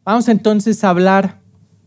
Vamos entonces a hablar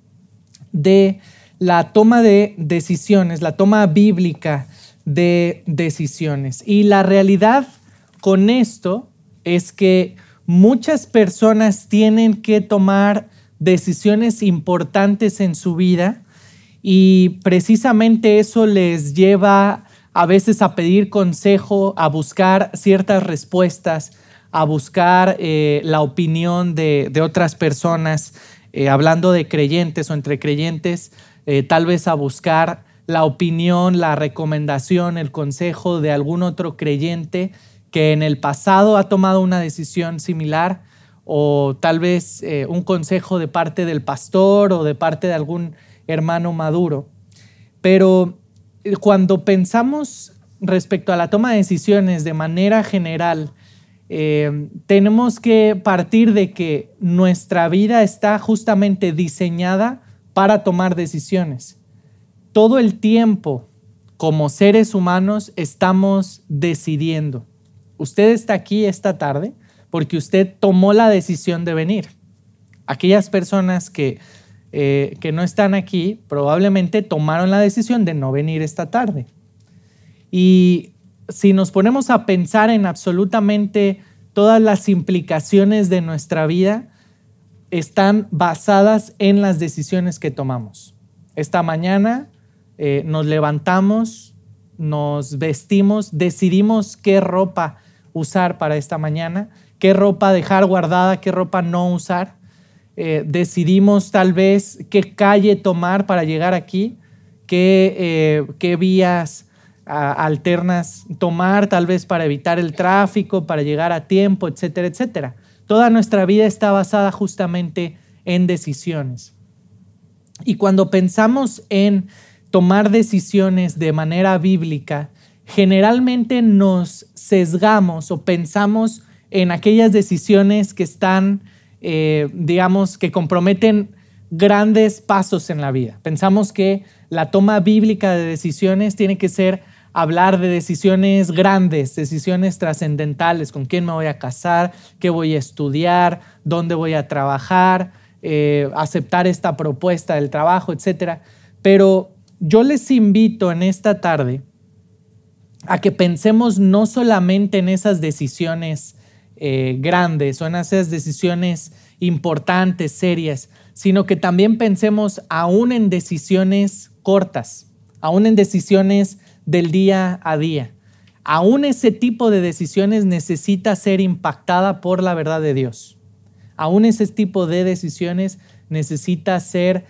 de la toma de decisiones, la toma bíblica de decisiones. Y la realidad con esto es que muchas personas tienen que tomar decisiones importantes en su vida y precisamente eso les lleva a veces a pedir consejo, a buscar ciertas respuestas, a buscar la opinión de otras personas, hablando de creyentes o entre creyentes, tal vez a buscar la opinión, la recomendación, el consejo de algún otro creyente que en el pasado ha tomado una decisión similar, o tal vez un consejo de parte del pastor o de parte de algún hermano maduro. Pero cuando pensamos respecto a la toma de decisiones de manera general, tenemos que partir de que nuestra vida está justamente diseñada para tomar decisiones. Todo el tiempo, como seres humanos, estamos decidiendo. Usted está aquí esta tarde porque usted tomó la decisión de venir. Aquellas personas que no están aquí probablemente tomaron la decisión de no venir esta tarde. Y si nos ponemos a pensar en absolutamente todas las implicaciones de nuestra vida, están basadas en las decisiones que tomamos. Esta mañana nos levantamos, nos vestimos, decidimos qué ropa usar para esta mañana, qué ropa dejar guardada, qué ropa no usar. Decidimos tal vez qué calle tomar para llegar aquí, qué vías alternas tomar tal vez para evitar el tráfico, para llegar a tiempo, etcétera, etcétera. Toda nuestra vida está basada justamente en decisiones. Y cuando pensamos en tomar decisiones de manera bíblica, generalmente nos sesgamos o pensamos en aquellas decisiones que están, que comprometen grandes pasos en la vida. Pensamos que la toma bíblica de decisiones tiene que ser hablar de decisiones grandes, decisiones trascendentales, con quién me voy a casar, qué voy a estudiar, dónde voy a trabajar, aceptar esta propuesta del trabajo, etc. Pero yo les invito en esta tarde a que pensemos no solamente en esas decisiones grandes o en esas decisiones importantes, serias, sino que también pensemos aún en decisiones cortas, aún en decisiones del día a día. Aún ese tipo de decisiones necesita ser impactada por la verdad de Dios. Aún ese tipo de decisiones necesita ser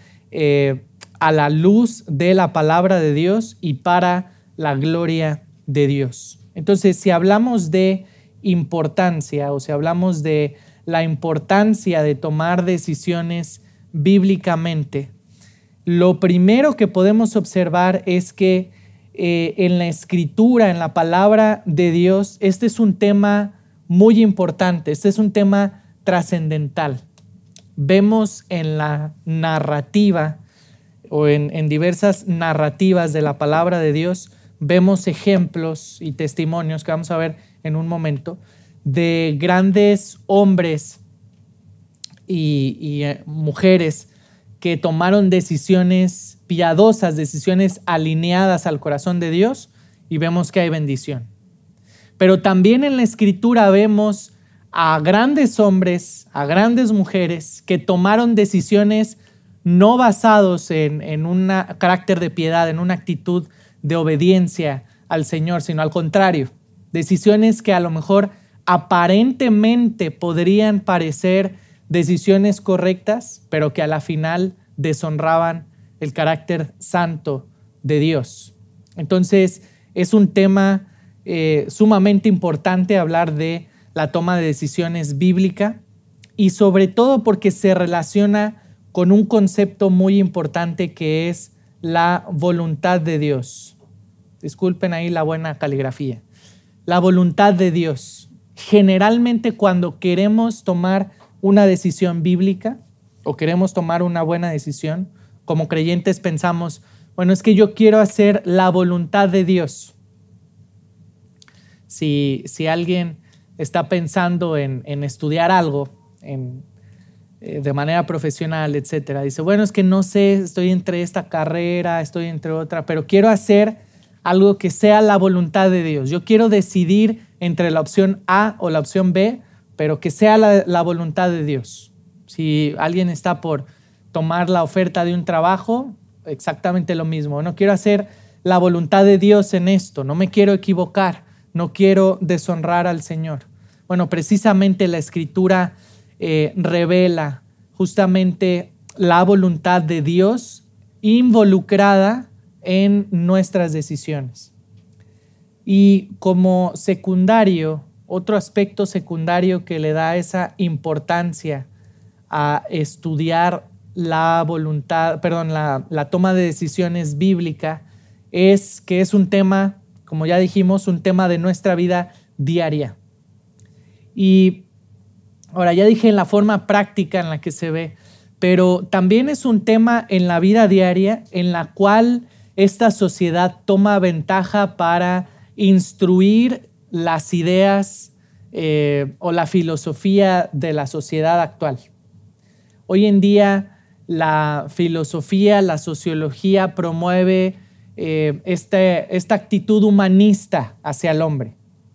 a la luz de la palabra de Dios y para la gloria de Dios. Entonces, si hablamos de importancia o si hablamos de la importancia de tomar decisiones bíblicamente, lo primero que podemos observar es que en la Escritura, en la palabra de Dios, este es un tema muy importante, este es un tema trascendental. Vemos en la narrativa o en diversas narrativas de la palabra de Dios, vemos ejemplos y testimonios que vamos a ver en un momento de grandes hombres y mujeres que tomaron decisiones piadosas, decisiones alineadas al corazón de Dios, y vemos que hay bendición. Pero también en la Escritura vemos a grandes hombres, a grandes mujeres que tomaron decisiones no basados en un carácter de piedad, en una actitud de obediencia al Señor, sino al contrario, decisiones que a lo mejor aparentemente podrían parecer decisiones correctas, pero que a la final deshonraban el carácter santo de Dios. Entonces, es un tema sumamente importante hablar de la toma de decisiones bíblica y sobre todo porque se relaciona con un concepto muy importante que es la voluntad de Dios. Disculpen ahí la buena caligrafía. La voluntad de Dios. Generalmente cuando queremos tomar una decisión bíblica o queremos tomar una buena decisión, como creyentes pensamos, bueno, es que yo quiero hacer la voluntad de Dios. Si alguien está pensando en estudiar algo, en de manera profesional, etcétera. Dice, bueno, es que no sé, estoy entre esta carrera, estoy entre otra, pero quiero hacer algo que sea la voluntad de Dios. Yo quiero decidir entre la opción A o la opción B, pero que sea la voluntad de Dios. Si alguien está por tomar la oferta de un trabajo, exactamente lo mismo. No quiero hacer la voluntad de Dios en esto, no me quiero equivocar, no quiero deshonrar al Señor. Bueno, precisamente la Escritura revela justamente la voluntad de Dios involucrada en nuestras decisiones. Y como secundario, otro aspecto secundario que le da esa importancia a estudiar la toma de decisiones bíblica es que es un tema, como ya dijimos, un tema de nuestra vida diaria. Y ahora ya dije en la forma práctica en la que se ve, pero también es un tema en la vida diaria en la cual esta sociedad toma ventaja para instruir las ideas o la filosofía de la sociedad actual. Hoy en día la filosofía, la sociología promueve esta actitud humanista hacia el hombre.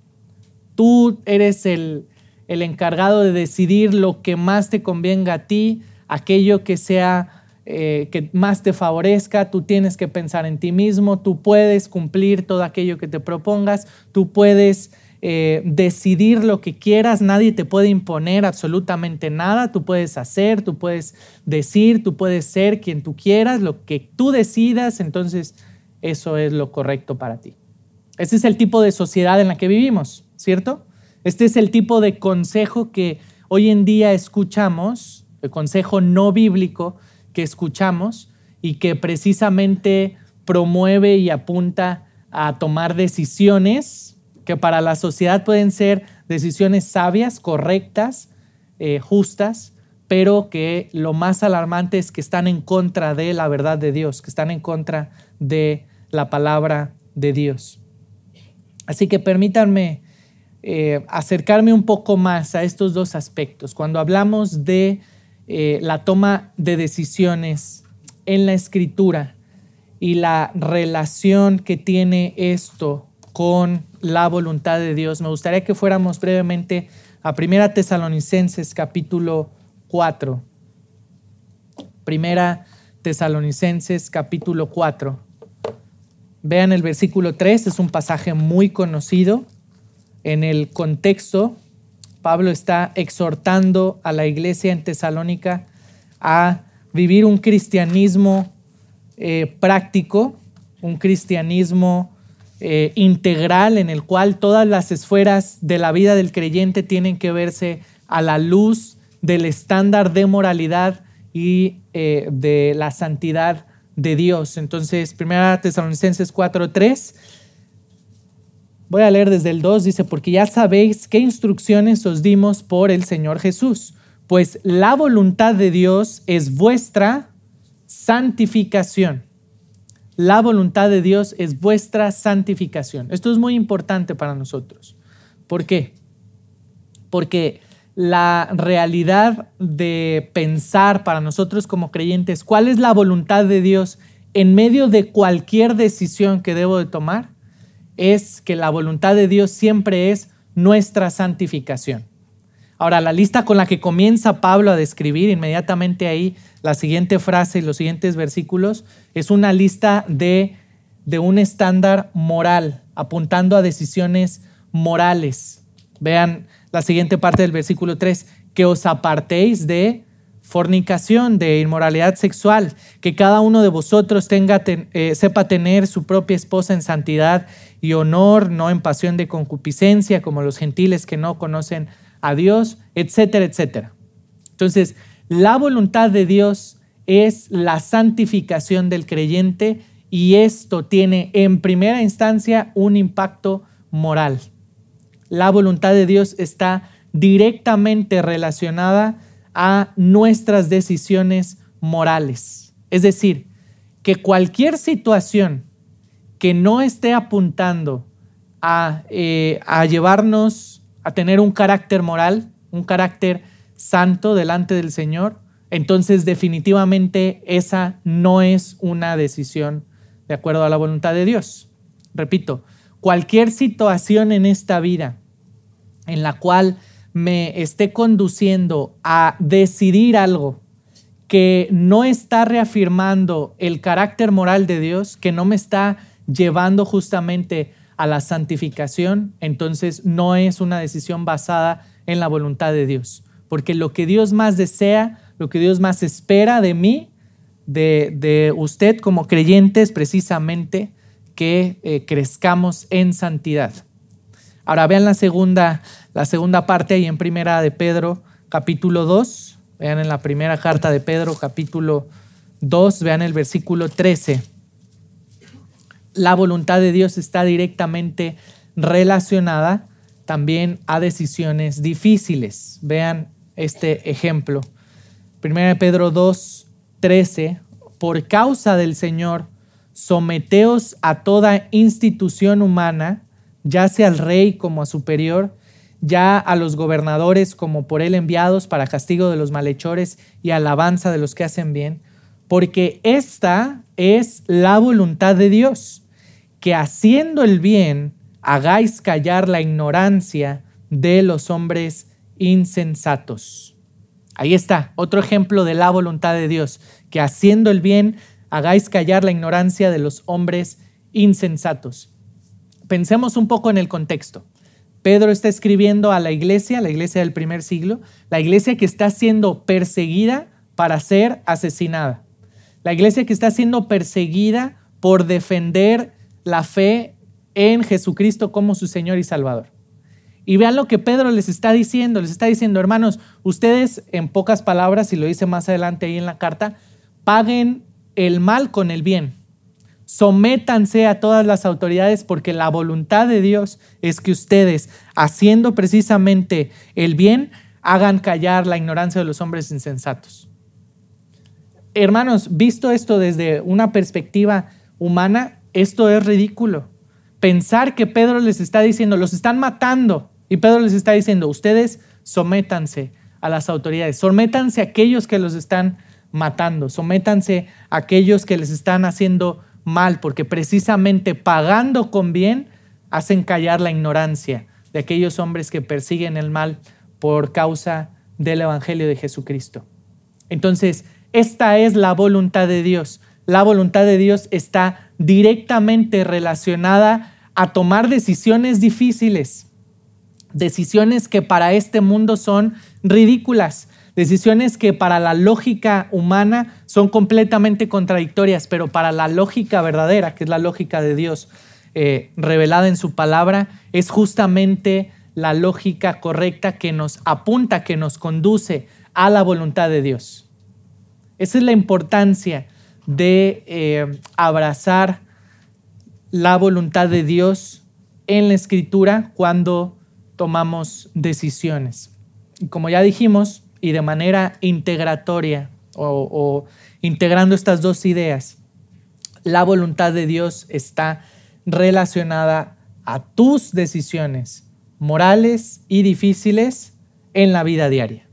Tú eres el encargado de decidir lo que más te convenga a ti, aquello que sea que más te favorezca. Tú tienes que pensar en ti mismo, tú puedes cumplir todo aquello que te propongas, tú puedes decidir lo que quieras, nadie te puede imponer absolutamente nada, tú puedes hacer, tú puedes decir, tú puedes ser quien tú quieras, lo que tú decidas, entonces eso es lo correcto para ti. Este es el tipo de sociedad en la que vivimos, ¿cierto? Este es el tipo de consejo que hoy en día escuchamos, el consejo no bíblico que escuchamos y que precisamente promueve y apunta a tomar decisiones que para la sociedad pueden ser decisiones sabias, correctas, justas, pero que lo más alarmante es que están en contra de la verdad de Dios, que están en contra de la palabra de Dios. Así que permítanme acercarme un poco más a estos dos aspectos. Cuando hablamos de la toma de decisiones en la Escritura y la relación que tiene esto con la voluntad de Dios, me gustaría que fuéramos brevemente a 1 Tesalonicenses capítulo 4. 1 Tesalonicenses capítulo 4. Vean el versículo 3, es un pasaje muy conocido. En el contexto, Pablo está exhortando a la iglesia en Tesalónica a vivir un cristianismo práctico, un cristianismo integral en el cual todas las esferas de la vida del creyente tienen que verse a la luz del estándar de moralidad y de la santidad de Dios. Entonces, 1 Tesalonicenses 4:3, voy a leer desde el 2, dice, porque ya sabéis qué instrucciones os dimos por el Señor Jesús, pues la voluntad de Dios es vuestra santificación. La voluntad de Dios es vuestra santificación. Esto es muy importante para nosotros. ¿Por qué? Porque la realidad de pensar para nosotros como creyentes, ¿cuál es la voluntad de Dios en medio de cualquier decisión que debo de tomar? Es que la voluntad de Dios siempre es nuestra santificación. Ahora, la lista con la que comienza Pablo a describir inmediatamente ahí la siguiente frase y los siguientes versículos es una lista de un estándar moral, apuntando a decisiones morales. Vean la siguiente parte del versículo 3, que os apartéis de fornicación, de inmoralidad sexual, que cada uno de vosotros sepa tener su propia esposa en santidad y honor, no en pasión de concupiscencia, como los gentiles que no conocen a Dios, etcétera, etcétera. Entonces, la voluntad de Dios es la santificación del creyente y esto tiene en primera instancia un impacto moral. La voluntad de Dios está directamente relacionada a nuestras decisiones morales. Es decir, que cualquier situación que no esté apuntando a llevarnos a tener un carácter moral, un carácter santo delante del Señor, entonces definitivamente esa no es una decisión de acuerdo a la voluntad de Dios. Repito, cualquier situación en esta vida en la cual me esté conduciendo a decidir algo que no está reafirmando el carácter moral de Dios, que no me está llevando justamente a la santificación, entonces no es una decisión basada en la voluntad de Dios. Porque lo que Dios más desea, lo que Dios más espera de mí, de usted como creyente, es precisamente que crezcamos en santidad. Ahora vean la segunda parte ahí en Primera de Pedro, capítulo 2. Vean en la primera carta de Pedro, capítulo 2, vean el versículo 13. La voluntad de Dios está directamente relacionada también a decisiones difíciles. Vean este ejemplo. Primera de Pedro 2, 13. Por causa del Señor, someteos a toda institución humana, ya sea al rey como a superior, ya a los gobernadores como por él enviados para castigo de los malhechores y alabanza de los que hacen bien, porque esta es la voluntad de Dios, que haciendo el bien hagáis callar la ignorancia de los hombres insensatos. Ahí está, otro ejemplo de la voluntad de Dios, que haciendo el bien hagáis callar la ignorancia de los hombres insensatos. Pensemos un poco en el contexto. Pedro está escribiendo a la iglesia del primer siglo, la iglesia que está siendo perseguida para ser asesinada, la iglesia que está siendo perseguida por defender la fe en Jesucristo como su Señor y Salvador. Y vean lo que Pedro les está diciendo, hermanos, ustedes, en pocas palabras, y lo dice más adelante ahí en la carta, paguen el mal con el bien. Sométanse a todas las autoridades porque la voluntad de Dios es que ustedes, haciendo precisamente el bien, hagan callar la ignorancia de los hombres insensatos. Hermanos, visto esto desde una perspectiva humana, esto es ridículo. Pensar que Pedro les está diciendo, los están matando, y Pedro les está diciendo, ustedes sométanse a las autoridades, sométanse a aquellos que los están matando, sométanse a aquellos que les están haciendo mal, porque precisamente pagando con bien hacen callar la ignorancia de aquellos hombres que persiguen el mal por causa del evangelio de Jesucristo. Entonces, esta es la voluntad de Dios. La voluntad de Dios está directamente relacionada a tomar decisiones difíciles, decisiones que para este mundo son ridículas, decisiones que para la lógica humana son completamente contradictorias, pero para la lógica verdadera, que es la lógica de Dios revelada en su palabra, es justamente la lógica correcta que nos apunta, que nos conduce a la voluntad de Dios. Esa es la importancia de abrazar la voluntad de Dios en la Escritura cuando tomamos decisiones. Y como ya dijimos, y de manera integratoria o integrando estas dos ideas, la voluntad de Dios está relacionada a tus decisiones morales y difíciles en la vida diaria.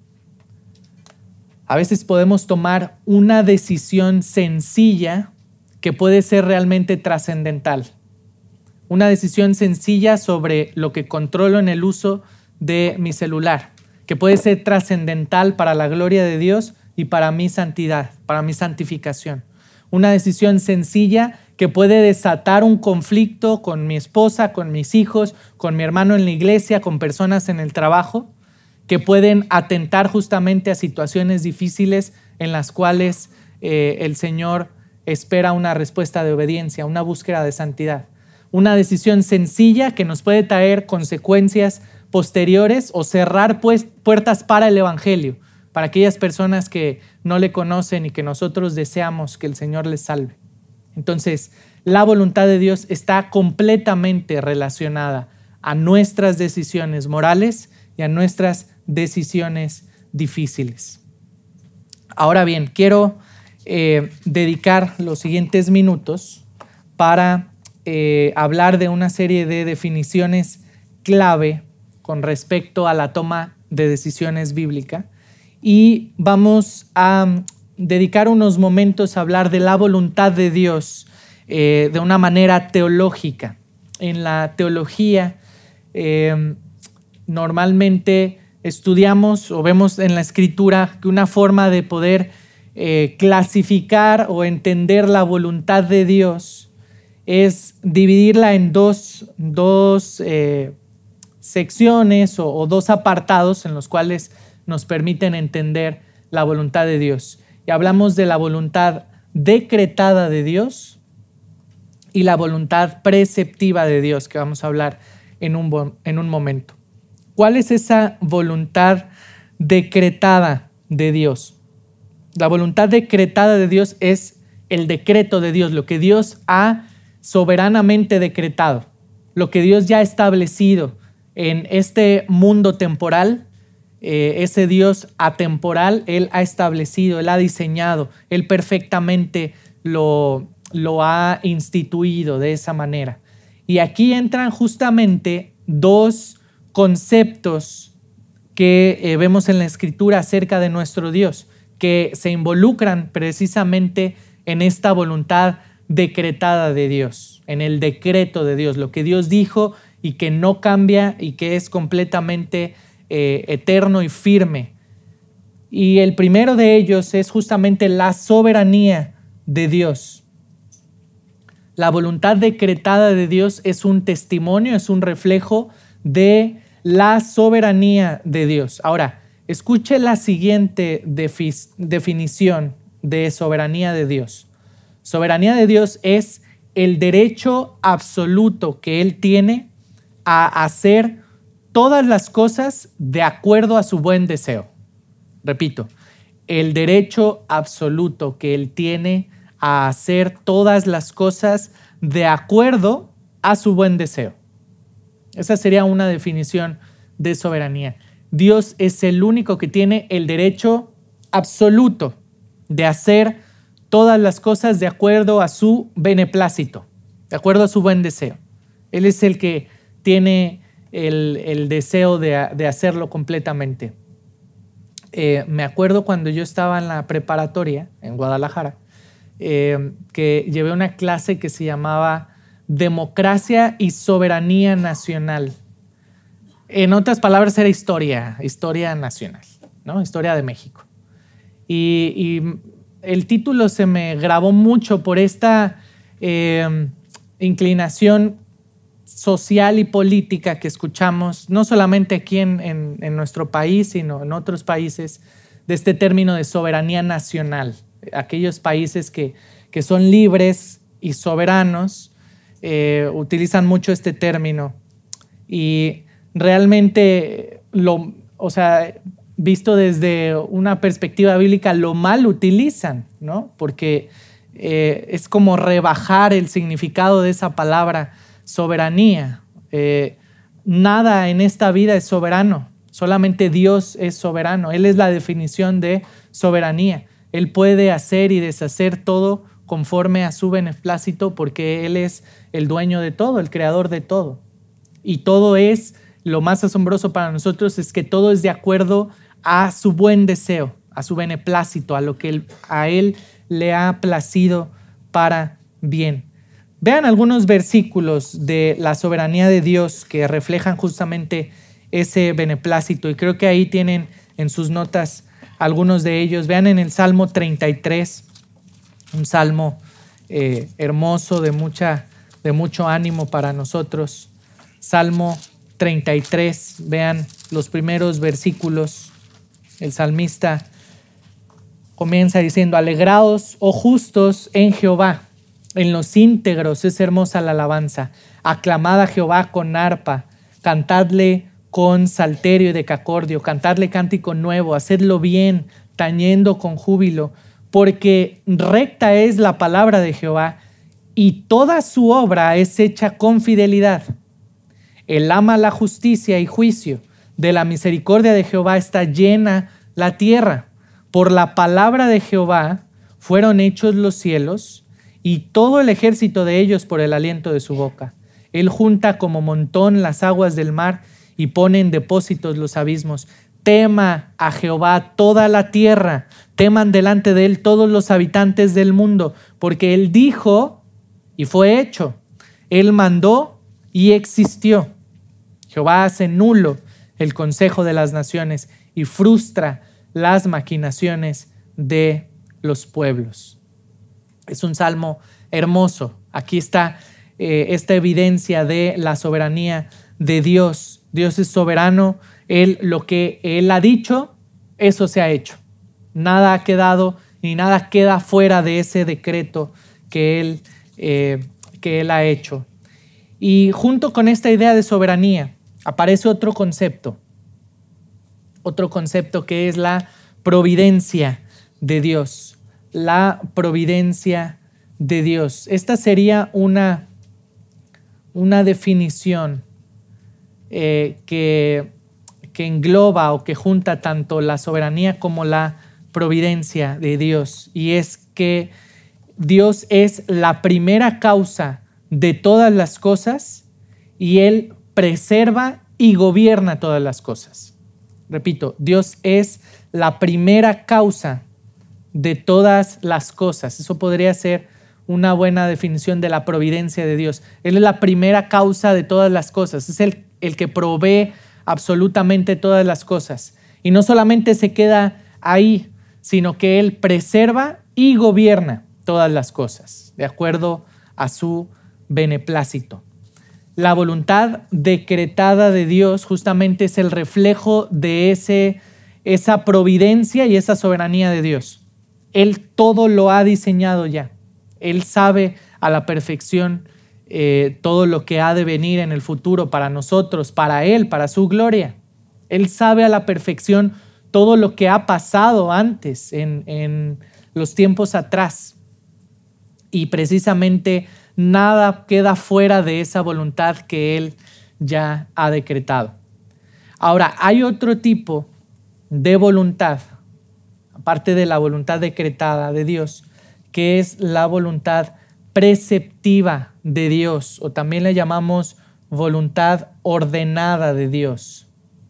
A veces podemos tomar una decisión sencilla que puede ser realmente trascendental. Una decisión sencilla sobre lo que controlo en el uso de mi celular, que puede ser trascendental para la gloria de Dios y para mi santidad, para mi santificación. Una decisión sencilla que puede desatar un conflicto con mi esposa, con mis hijos, con mi hermano en la iglesia, con personas en el trabajo, que pueden atentar justamente a situaciones difíciles en las cuales el Señor espera una respuesta de obediencia, una búsqueda de santidad. Una decisión sencilla que nos puede traer consecuencias posteriores o cerrar puertas para el evangelio, para aquellas personas que no le conocen y que nosotros deseamos que el Señor les salve. Entonces, la voluntad de Dios está completamente relacionada a nuestras decisiones morales y a nuestras decisiones difíciles. Ahora bien, quiero dedicar los siguientes minutos para hablar de una serie de definiciones clave con respecto a la toma de decisiones bíblica y vamos a dedicar unos momentos a hablar de la voluntad de Dios de una manera teológica. En la teología normalmente estudiamos o vemos en la Escritura que una forma de poder clasificar o entender la voluntad de Dios es dividirla en dos secciones o dos apartados en los cuales nos permiten entender la voluntad de Dios. Y hablamos de la voluntad decretada de Dios y la voluntad preceptiva de Dios, que vamos a hablar en un momento. ¿Cuál es esa voluntad decretada de Dios? La voluntad decretada de Dios es el decreto de Dios, lo que Dios ha soberanamente decretado, lo que Dios ya ha establecido en este mundo temporal. Ese Dios atemporal, Él ha establecido, Él ha diseñado, Él perfectamente lo ha instituido de esa manera. Y aquí entran justamente dos conceptos que vemos en la Escritura acerca de nuestro Dios, que se involucran precisamente en esta voluntad decretada de Dios, en el decreto de Dios, lo que Dios dijo y que no cambia y que es completamente eterno y firme. Y el primero de ellos es justamente la soberanía de Dios. La voluntad decretada de Dios es un testimonio, es un reflejo de la soberanía de Dios. Ahora, escuche la siguiente definición de soberanía de Dios. Soberanía de Dios es el derecho absoluto que Él tiene a hacer todas las cosas de acuerdo a su buen deseo. Repito, el derecho absoluto que Él tiene a hacer todas las cosas de acuerdo a su buen deseo. Esa sería una definición de soberanía. Dios es el único que tiene el derecho absoluto de hacer todas las cosas de acuerdo a su beneplácito, de acuerdo a su buen deseo. Él es el que tiene el deseo de hacerlo completamente. Me acuerdo cuando yo estaba en la preparatoria en Guadalajara, que llevé una clase que se llamaba Democracia y Soberanía Nacional. En otras palabras, era historia nacional, ¿no? Historia de México. Y el título se me grabó mucho por esta inclinación social y política que escuchamos, no solamente aquí en nuestro país, sino en otros países, de este término de soberanía nacional. Aquellos países que son libres y soberanos utilizan mucho este término y realmente, visto desde una perspectiva bíblica, lo mal utilizan, ¿no? Porque es como rebajar el significado de esa palabra soberanía. Nada en esta vida es soberano, solamente Dios es soberano. Él es la definición de soberanía. Él puede hacer y deshacer todo conforme a su beneplácito porque Él es el dueño de todo, el creador de todo. Y todo es, lo más asombroso para nosotros es que todo es de acuerdo a su buen deseo, a su beneplácito, a lo que a Él le ha placido para bien. Vean algunos versículos de la soberanía de Dios que reflejan justamente ese beneplácito y creo que ahí tienen en sus notas algunos de ellos. Vean en el Salmo 33, un salmo hermoso de mucho ánimo para nosotros. Salmo 33, vean los primeros versículos. El salmista comienza diciendo: alegraos, oh justos, en Jehová, en los íntegros es hermosa la alabanza. Aclamad a Jehová con arpa, cantadle con salterio y decacordio, cantadle cántico nuevo, hacedlo bien, tañendo con júbilo, porque recta es la palabra de Jehová y toda su obra es hecha con fidelidad. Él ama la justicia y juicio, de la misericordia de Jehová está llena la tierra. Por la palabra de Jehová fueron hechos los cielos y todo el ejército de ellos por el aliento de su boca. Él junta como montón las aguas del mar y pone en depósitos los abismos. tema a Jehová toda la tierra, teman delante de él todos los habitantes del mundo, porque él dijo y fue hecho, él mandó y existió. Jehová hace nulo el consejo de las naciones y frustra las maquinaciones de los pueblos. Es un salmo hermoso. Aquí está esta evidencia de la soberanía de Dios. Dios es soberano. Lo que Él ha dicho, eso se ha hecho. Nada ha quedado ni nada queda fuera de ese decreto que Él ha hecho. Y junto con esta idea de soberanía aparece otro concepto que es la providencia de Dios. La providencia de Dios. Esta sería una definición que engloba o que junta tanto la soberanía como la providencia de Dios. Y es que Dios es la primera causa de todas las cosas y Él preserva y gobierna todas las cosas. Repito, Dios es la primera causa de todas las cosas. Eso podría ser una buena definición de la providencia de Dios. Él es la primera causa de todas las cosas. Es el que provee absolutamente todas las cosas. Y no solamente se queda ahí, sino que Él preserva y gobierna todas las cosas, de acuerdo a su beneplácito. La voluntad decretada de Dios justamente es el reflejo de esa providencia y esa soberanía de Dios. Él todo lo ha diseñado ya. Él sabe a la perfección todo lo que ha de venir en el futuro para nosotros, para Él, para su gloria. Él sabe a la perfección todo lo que ha pasado antes en los tiempos atrás. Y precisamente nada queda fuera de esa voluntad que Él ya ha decretado. Ahora, hay otro tipo de voluntad, aparte de la voluntad decretada de Dios, que es la voluntad preceptiva de Dios, o también le llamamos voluntad ordenada de Dios.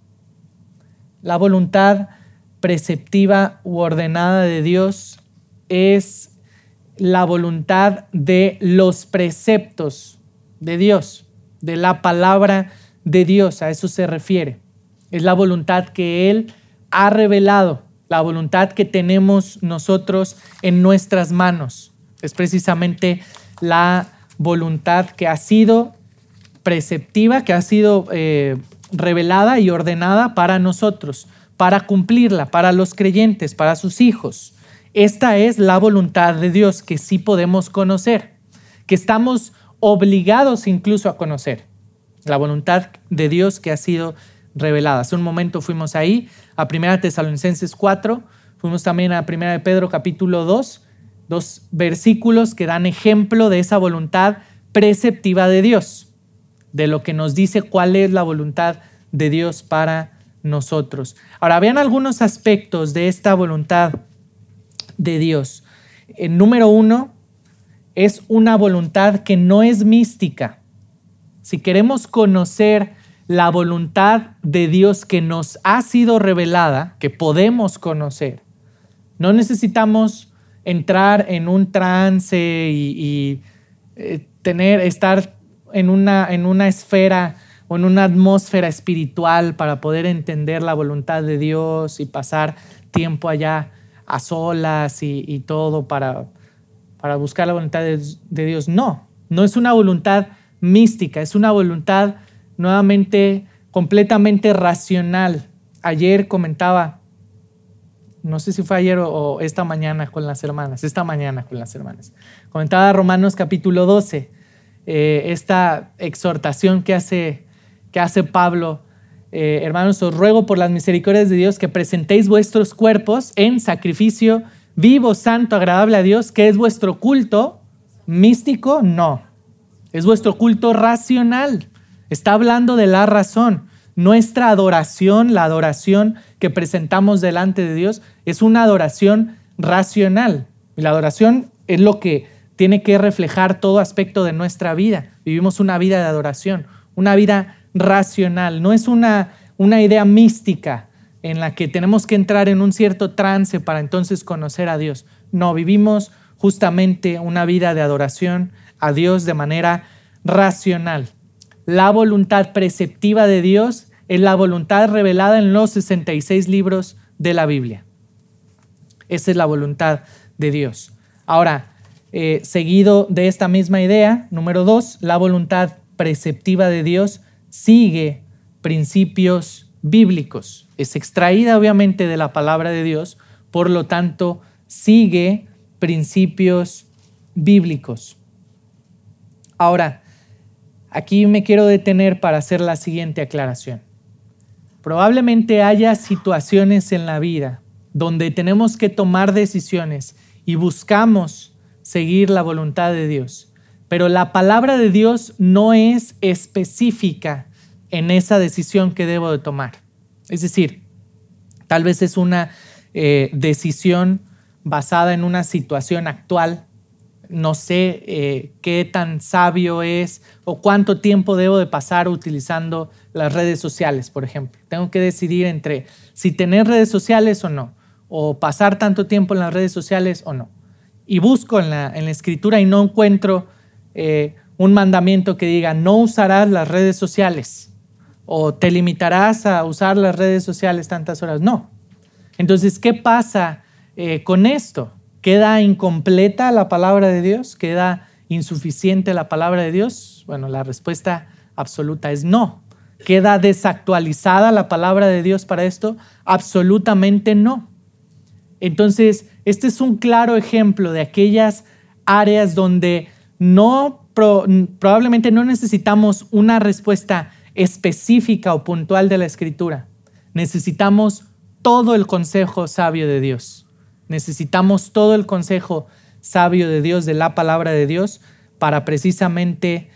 La voluntad preceptiva u ordenada de Dios es la voluntad de los preceptos de Dios, de la palabra de Dios, a eso se refiere. Es la voluntad que Él ha revelado, la voluntad que tenemos nosotros en nuestras manos. Es precisamente la voluntad que ha sido preceptiva, que ha sido revelada y ordenada para nosotros, para cumplirla, para los creyentes, para sus hijos. Esta es la voluntad de Dios que sí podemos conocer, que estamos obligados incluso a conocer. La voluntad de Dios que ha sido revelada. Hace un momento fuimos ahí a 1 Tesalonicenses 4, fuimos también a 1 de Pedro capítulo 2 versículos que dan ejemplo de esa voluntad preceptiva de Dios, de lo que nos dice cuál es la voluntad de Dios para nosotros. Ahora, vean algunos aspectos de esta voluntad de Dios. Número 1, es una voluntad que no es mística. Si queremos conocer la voluntad de Dios que nos ha sido revelada, que podemos conocer, no necesitamos entrar en un trance y estar en una esfera o en una atmósfera espiritual para poder entender la voluntad de Dios y pasar tiempo allá a solas y todo para buscar la voluntad de Dios. No es una voluntad mística, es una voluntad nuevamente completamente racional. Ayer comentaba, no sé si fue ayer o esta mañana con las hermanas, comentaba Romanos capítulo 12, esta exhortación que hace Pablo. Hermanos, os ruego por las misericordias de Dios que presentéis vuestros cuerpos en sacrificio vivo, santo, agradable a Dios, que es vuestro culto místico. No, es vuestro culto racional. Está hablando de la razón. Nuestra adoración, la adoración que presentamos delante de Dios, es una adoración racional. Y la adoración es lo que tiene que reflejar todo aspecto de nuestra vida. Vivimos una vida de adoración, una vida racional. No es una idea mística en la que tenemos que entrar en un cierto trance para entonces conocer a Dios. No, vivimos justamente una vida de adoración a Dios de manera racional. La voluntad preceptiva de Dios es la voluntad revelada en los 66 libros de la Biblia. Esa es la voluntad de Dios. Ahora, seguido de esta misma idea, número 2, la voluntad preceptiva de Dios sigue principios bíblicos. Es extraída obviamente de la palabra de Dios, por lo tanto, sigue principios bíblicos. Ahora, aquí me quiero detener para hacer la siguiente aclaración. Probablemente haya situaciones en la vida donde tenemos que tomar decisiones y buscamos seguir la voluntad de Dios, pero la palabra de Dios no es específica en esa decisión que debo de tomar. Es decir, tal vez es una decisión basada en una situación actual. No sé qué tan sabio es o cuánto tiempo debo de pasar utilizando las redes sociales, por ejemplo. Tengo que decidir entre si tener redes sociales o no, o pasar tanto tiempo en las redes sociales o no. Y busco en la Escritura y no encuentro un mandamiento que diga no usarás las redes sociales o te limitarás a usar las redes sociales tantas horas. No. Entonces, ¿qué pasa con esto? ¿Queda incompleta la palabra de Dios? ¿Queda insuficiente la palabra de Dios? Bueno, la respuesta absoluta es no. ¿Queda desactualizada la palabra de Dios para esto? Absolutamente no. Entonces, este es un claro ejemplo de aquellas áreas donde probablemente no necesitamos una respuesta específica o puntual de la Escritura. Necesitamos todo el consejo sabio de Dios. Necesitamos todo el consejo sabio de Dios, de la palabra de Dios, para precisamente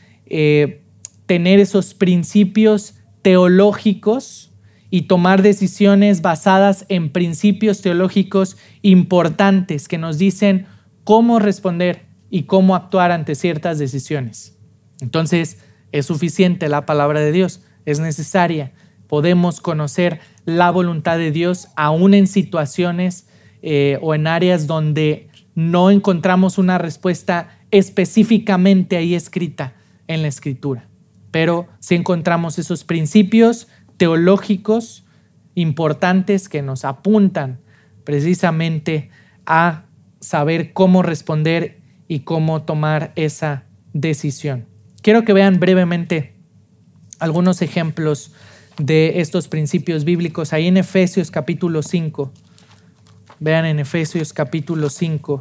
tener esos principios teológicos y tomar decisiones basadas en principios teológicos importantes que nos dicen cómo responder y cómo actuar ante ciertas decisiones. Entonces, es suficiente la palabra de Dios, es necesaria. Podemos conocer la voluntad de Dios aún en situaciones o en áreas donde no encontramos una respuesta específicamente ahí escrita en la Escritura. Pero sí encontramos esos principios teológicos importantes que nos apuntan precisamente a saber cómo responder y cómo tomar esa decisión. Quiero que vean brevemente algunos ejemplos de estos principios bíblicos ahí en Efesios capítulo 5. Vean en Efesios capítulo 5,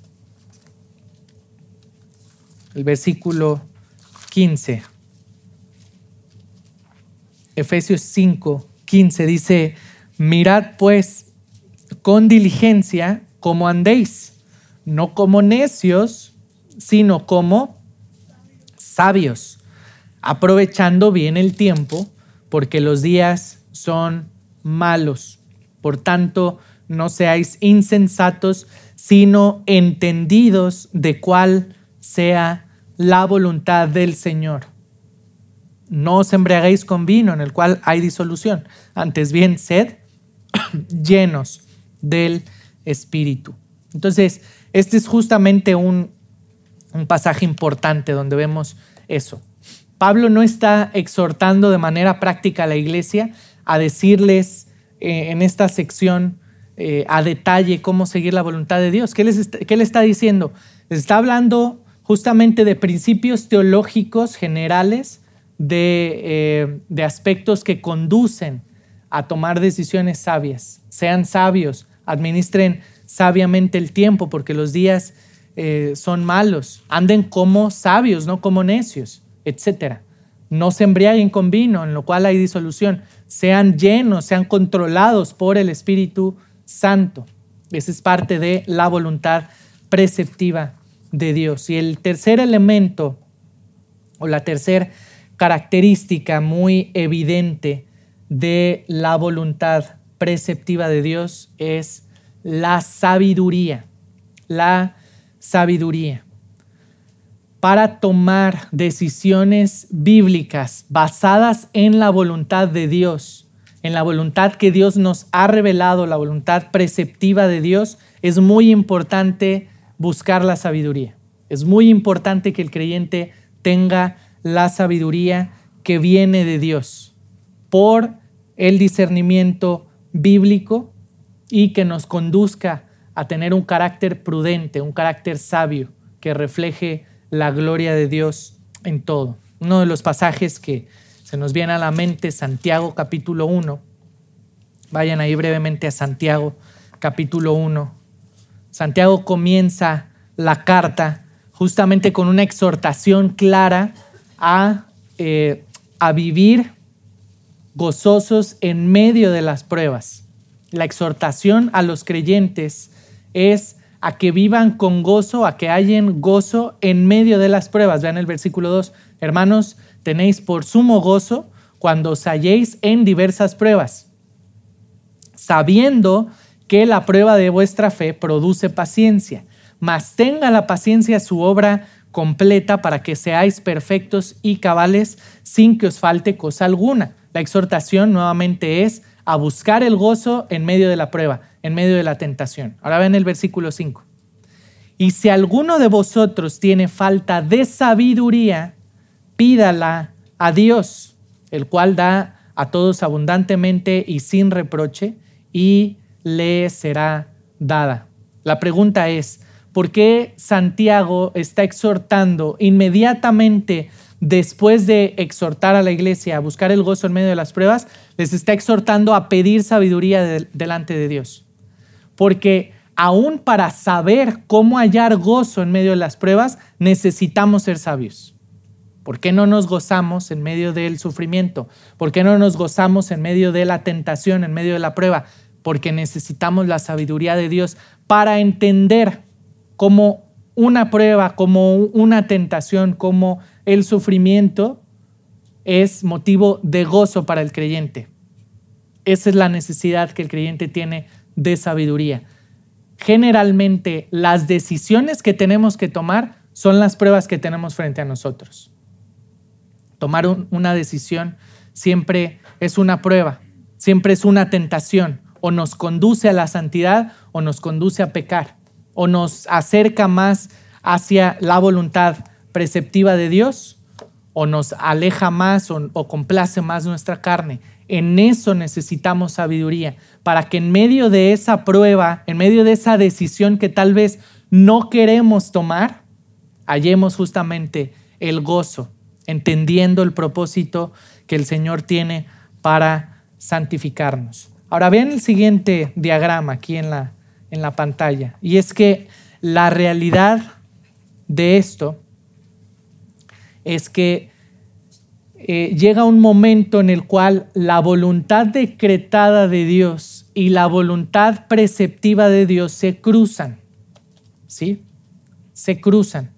el versículo 15. Efesios 5, 15 dice: mirad pues con diligencia cómo andéis, no como necios, sino como sabios, aprovechando bien el tiempo, porque los días son malos. Por tanto, no seáis insensatos, sino entendidos de cuál sea la voluntad del Señor. No os embriaguéis con vino, en el cual hay disolución. Antes bien, sed llenos del Espíritu. Entonces, este es justamente un pasaje importante donde vemos eso. Pablo no está exhortando de manera práctica a la iglesia a decirles en esta sección a detalle cómo seguir la voluntad de Dios. ¿Qué le está diciendo? Les está hablando justamente de principios teológicos generales, de aspectos que conducen a tomar decisiones sabias. Sean sabios, administren sabiamente el tiempo, porque los días son malos. Anden como sabios, no como necios, etc. No se embriaguen con vino, en lo cual hay disolución. Sean llenos, sean controlados por el Espíritu Santo. Esa es parte de la voluntad preceptiva de Dios. Y el tercer elemento, o la tercera característica muy evidente de la voluntad preceptiva de Dios es la sabiduría. La sabiduría. Para tomar decisiones bíblicas basadas en la voluntad de Dios, en la voluntad que Dios nos ha revelado, la voluntad preceptiva de Dios, es muy importante buscar la sabiduría. Es muy importante que el creyente tenga la sabiduría que viene de Dios por el discernimiento bíblico y que nos conduzca a tener un carácter prudente, un carácter sabio que refleje la gloria de Dios en todo. Uno de los pasajes que se nos viene a la mente, Santiago capítulo 1. Vayan ahí brevemente a Santiago capítulo 1. Santiago comienza la carta justamente con una exhortación clara a vivir gozosos en medio de las pruebas. La exhortación a los creyentes es a que vivan con gozo, a que hallen gozo en medio de las pruebas. Vean el versículo 2. Hermanos, tenéis por sumo gozo cuando os halléis en diversas pruebas, sabiendo que la prueba de vuestra fe produce paciencia, mas tenga la paciencia su obra completa para que seáis perfectos y cabales sin que os falte cosa alguna. La exhortación nuevamente es a buscar el gozo en medio de la prueba, en medio de la tentación. Ahora ven el versículo 5. Y si alguno de vosotros tiene falta de sabiduría, pídala a Dios, el cual da a todos abundantemente y sin reproche, y le será dada. La pregunta es, ¿por qué Santiago está exhortando inmediatamente después de exhortar a la iglesia a buscar el gozo en medio de las pruebas? Les está exhortando a pedir sabiduría delante de Dios. Porque aún para saber cómo hallar gozo en medio de las pruebas, necesitamos ser sabios. ¿Por qué no nos gozamos en medio del sufrimiento? ¿Por qué no nos gozamos en medio de la tentación, en medio de la prueba? Porque necesitamos la sabiduría de Dios para entender cómo una prueba, como una tentación, como el sufrimiento es motivo de gozo para el creyente. Esa es la necesidad que el creyente tiene de sabiduría. Generalmente, las decisiones que tenemos que tomar son las pruebas que tenemos frente a nosotros. Tomar una decisión siempre es una prueba, siempre es una tentación. O nos conduce a la santidad o nos conduce a pecar. O nos acerca más hacia la voluntad preceptiva de Dios o nos aleja más o complace más nuestra carne. En eso necesitamos sabiduría para que en medio de esa prueba, en medio de esa decisión que tal vez no queremos tomar, hallemos justamente el gozo, entendiendo el propósito que el Señor tiene para santificarnos. Ahora vean el siguiente diagrama aquí en la pantalla, y es que la realidad de esto es que llega un momento en el cual la voluntad decretada de Dios y la voluntad preceptiva de Dios se cruzan, ¿sí? Se cruzan.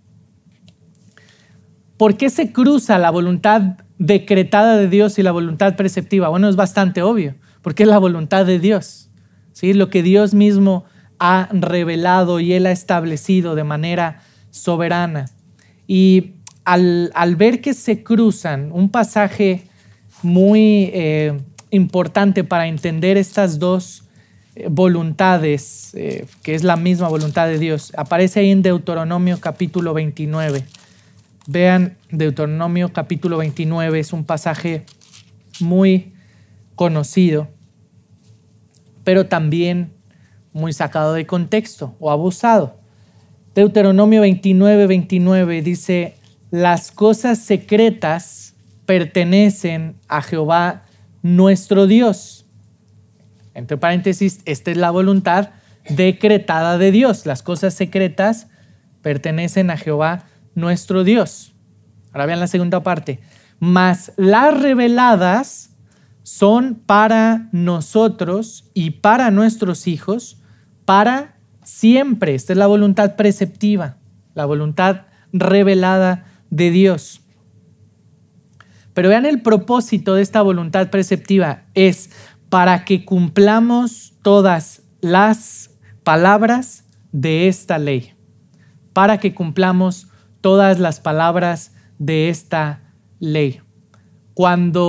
¿Por qué se cruza la voluntad decretada de Dios y la voluntad preceptiva? Bueno, es bastante obvio, porque es la voluntad de Dios, ¿sí? Lo que Dios mismo ha revelado y Él ha establecido de manera soberana. Y al ver que se cruzan, un pasaje muy importante para entender estas dos voluntades, que es la misma voluntad de Dios, aparece ahí en Deuteronomio capítulo 29. Vean Deuteronomio capítulo 29, es un pasaje muy conocido, pero también muy sacado de contexto o abusado. Deuteronomio 29 dice: las cosas secretas pertenecen a Jehová nuestro Dios. Entre paréntesis, esta es la voluntad decretada de Dios. Las cosas secretas pertenecen a Jehová nuestro Dios. Ahora vean la segunda parte. Mas las reveladas son para nosotros y para nuestros hijos para siempre. Esta es la voluntad preceptiva, la voluntad revelada de Dios. Pero vean, el propósito de esta voluntad preceptiva es para que cumplamos todas las palabras de esta ley, para que cumplamos todas las palabras de esta ley. Cuando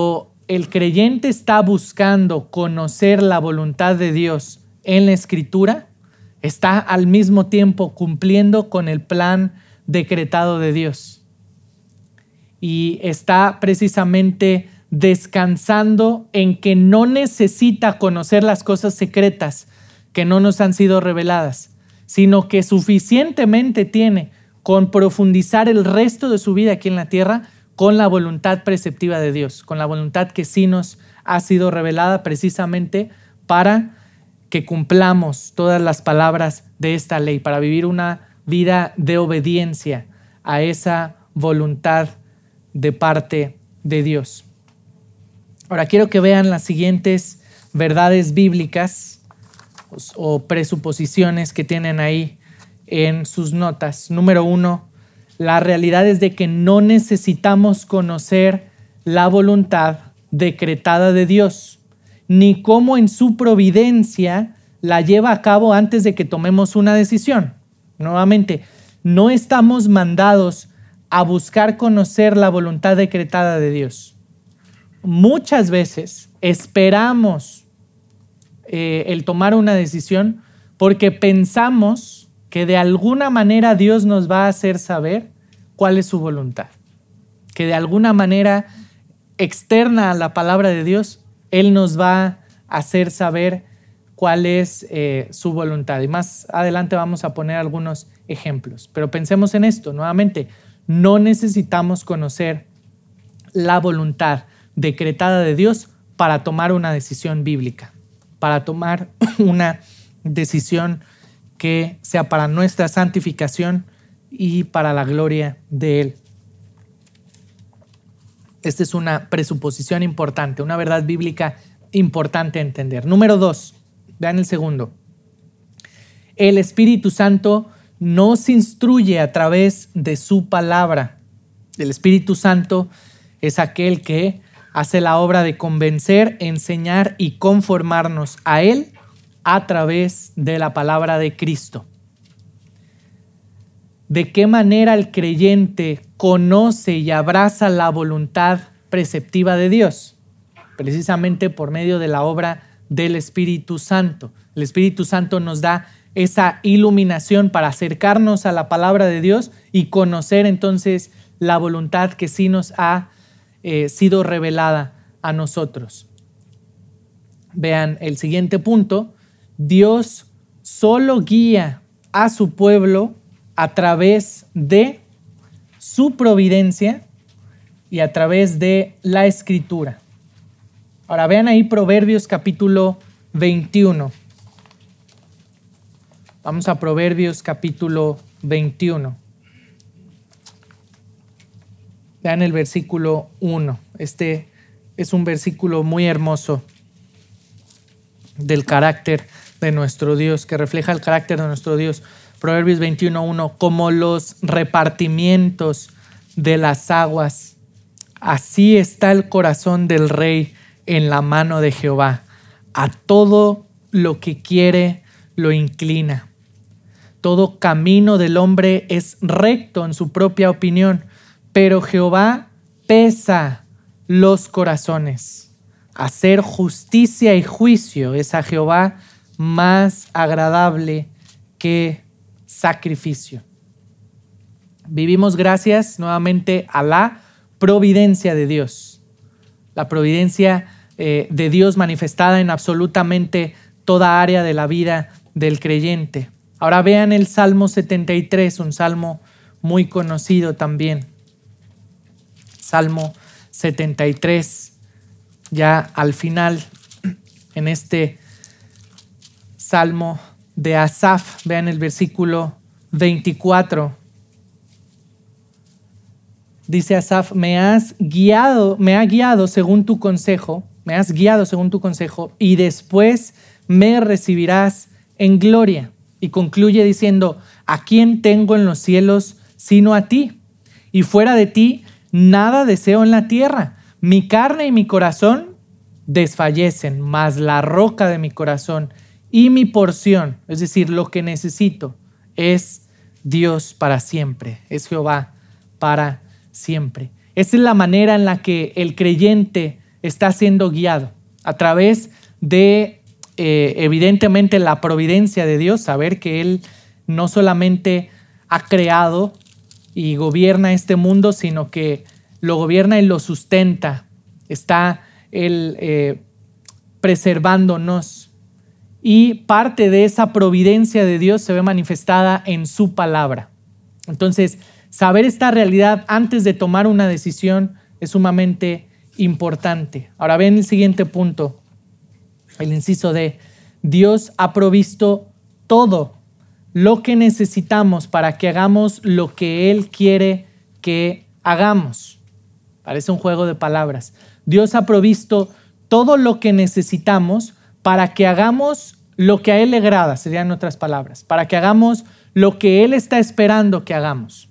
el creyente está buscando conocer la voluntad de Dios en la Escritura, está al mismo tiempo cumpliendo con el plan decretado de Dios. Y está precisamente descansando en que no necesita conocer las cosas secretas que no nos han sido reveladas, sino que suficientemente tiene con profundizar el resto de su vida aquí en la tierra con la voluntad preceptiva de Dios, con la voluntad que sí nos ha sido revelada precisamente para que cumplamos todas las palabras de esta ley, para vivir una vida de obediencia a esa voluntad de parte de Dios. Ahora quiero que vean las siguientes verdades bíblicas o presuposiciones que tienen ahí en sus notas. Número 1, la realidad es de que no necesitamos conocer la voluntad decretada de Dios, ni cómo en su providencia la lleva a cabo antes de que tomemos una decisión. Nuevamente, no estamos mandados a buscar conocer la voluntad decretada de Dios. Muchas veces esperamos el tomar una decisión porque pensamos que de alguna manera Dios nos va a hacer saber cuál es su voluntad, que de alguna manera externa a la palabra de Dios, Él nos va a hacer saber cuál es su voluntad. Y más adelante vamos a poner algunos ejemplos. Pero pensemos en esto, nuevamente, no necesitamos conocer la voluntad decretada de Dios para tomar una decisión bíblica, para tomar una decisión que sea para nuestra santificación y para la gloria de Él. Esta es una presuposición importante, una verdad bíblica importante a entender. Número 2, vean el segundo. El Espíritu Santo nos instruye a través de su palabra. El Espíritu Santo es aquel que hace la obra de convencer, enseñar y conformarnos a Él a través de la palabra de Cristo. ¿De qué manera el creyente conoce y abraza la voluntad preceptiva de Dios? Precisamente por medio de la obra del Espíritu Santo. El Espíritu Santo nos da esa iluminación para acercarnos a la palabra de Dios y conocer entonces la voluntad que sí nos ha sido revelada a nosotros. Vean el siguiente punto. Dios solo guía a su pueblo a través de su providencia y a través de la Escritura. Ahora vean ahí Proverbios capítulo 21. Vamos a Proverbios capítulo 21. Vean el versículo 1. Este es un versículo muy hermoso del carácter de nuestro Dios, que refleja el carácter de nuestro Dios. Proverbios 21:1, como los repartimientos de las aguas, así está el corazón del rey en la mano de Jehová. A todo lo que quiere lo inclina. Todo camino del hombre es recto en su propia opinión, pero Jehová pesa los corazones. Hacer justicia y juicio es a Jehová más agradable que sacrificio. Vivimos gracias nuevamente a la providencia de Dios. La providencia de Dios manifestada en absolutamente toda área de la vida del creyente. Ahora vean el Salmo 73, un salmo muy conocido también. Salmo 73, ya al final, en este salmo de Asaf, vean el versículo 24. Dice Asaf, me ha guiado según tu consejo, y después me recibirás en gloria. Y concluye diciendo, ¿a quién tengo en los cielos sino a ti? Y fuera de ti, nada deseo en la tierra. Mi carne y mi corazón desfallecen, mas la roca de mi corazón y mi porción, es decir, lo que necesito, es Dios para siempre, es Jehová para siempre. Esta es la manera en la que el creyente está siendo guiado a través de, evidentemente, la providencia de Dios, saber que Él no solamente ha creado y gobierna este mundo, sino que lo gobierna y lo sustenta. Está Él preservándonos. Y parte de esa providencia de Dios se ve manifestada en su palabra. Entonces, saber esta realidad antes de tomar una decisión es sumamente importante. Ahora ven el siguiente punto, el inciso D. Dios ha provisto todo lo que necesitamos para que hagamos lo que Él quiere que hagamos. Parece un juego de palabras. Dios ha provisto todo lo que necesitamos para que hagamos lo que a Él le agrada, serían otras palabras, para que hagamos lo que Él está esperando que hagamos.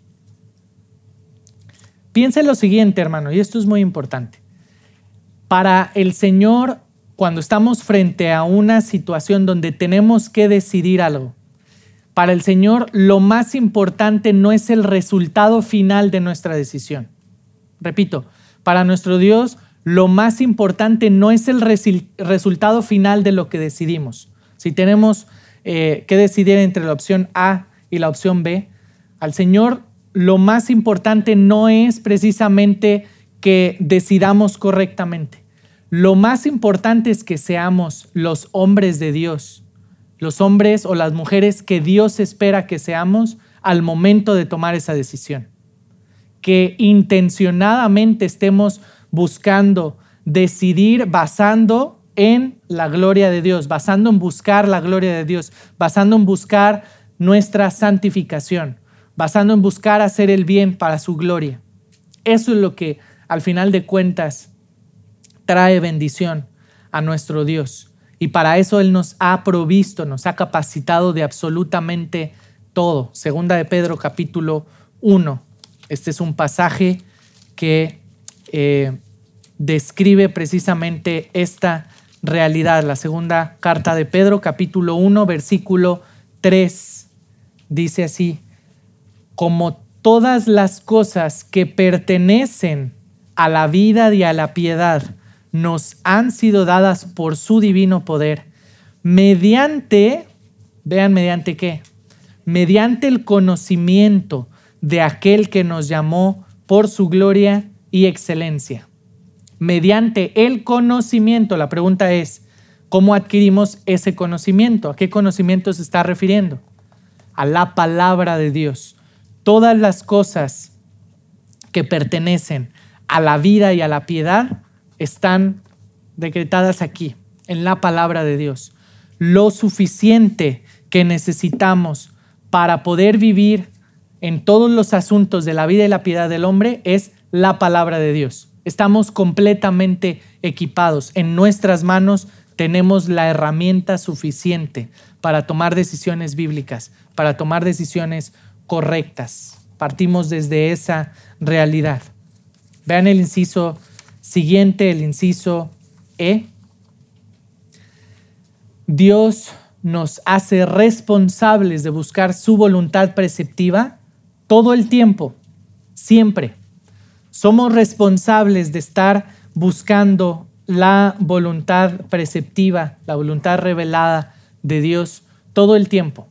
Piensa en lo siguiente, hermano, y esto es muy importante. Para el Señor, cuando estamos frente a una situación donde tenemos que decidir algo, para el Señor lo más importante no es el resultado final de nuestra decisión. Repito, para nuestro Dios lo más importante no es el resultado final de lo que decidimos. Si tenemos que decidir entre la opción A y la opción B, al Señor lo más importante no es precisamente que decidamos correctamente. Lo más importante es que seamos los hombres de Dios, los hombres o las mujeres que Dios espera que seamos al momento de tomar esa decisión. Que intencionadamente estemos buscando decidir basando en la gloria de Dios, basando en buscar la gloria de Dios, basando en buscar nuestra santificación, basando en buscar hacer el bien para su gloria. Eso es lo que al final de cuentas trae bendición a nuestro Dios. Y para eso Él nos ha provisto, nos ha capacitado de absolutamente todo. Segunda de Pedro capítulo 1. Este es un pasaje que describe precisamente esta realidad. La segunda carta de Pedro, capítulo 1, versículo 3, dice así: como todas las cosas que pertenecen a la vida y a la piedad nos han sido dadas por su divino poder, mediante, vean, ¿mediante qué? Mediante el conocimiento de aquel que nos llamó por su gloria y excelencia. Mediante el conocimiento. La pregunta es, ¿cómo adquirimos ese conocimiento? ¿A qué conocimiento se está refiriendo? A la palabra de Dios. Todas las cosas que pertenecen a la vida y a la piedad están decretadas aquí, en la palabra de Dios. Lo suficiente que necesitamos para poder vivir en todos los asuntos de la vida y la piedad del hombre es la palabra de Dios. Estamos completamente equipados. En nuestras manos tenemos la herramienta suficiente para tomar decisiones bíblicas, para tomar decisiones correctas. Partimos desde esa realidad. Vean el inciso siguiente, el inciso E. Dios nos hace responsables de buscar su voluntad preceptiva todo el tiempo, siempre. Somos responsables de estar buscando la voluntad preceptiva, la voluntad revelada de Dios todo el tiempo.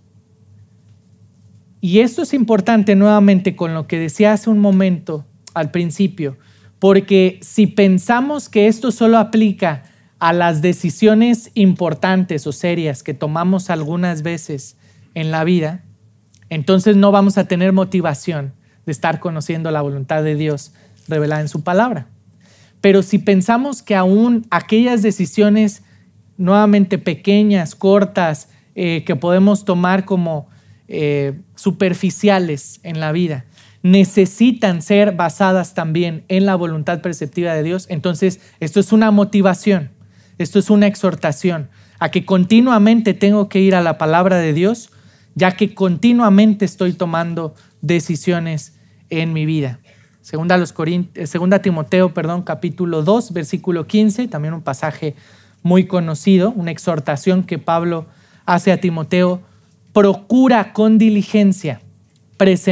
Y esto es importante nuevamente con lo que decía hace un momento al principio, porque si pensamos que esto solo aplica a las decisiones importantes o serias que tomamos algunas veces en la vida, entonces no vamos a tener motivación de estar conociendo la voluntad de Dios revelada en su palabra. Pero si pensamos que aún aquellas decisiones nuevamente pequeñas, cortas, que podemos tomar como superficiales en la vida, necesitan ser basadas también en la voluntad preceptiva de Dios, entonces esto es una motivación, esto es una exhortación a que continuamente tengo que ir a la palabra de Dios, ya que continuamente estoy tomando decisiones en mi vida. Segunda Timoteo, capítulo 2, versículo 15, también un pasaje muy conocido, una exhortación que Pablo hace a Timoteo: procura con diligencia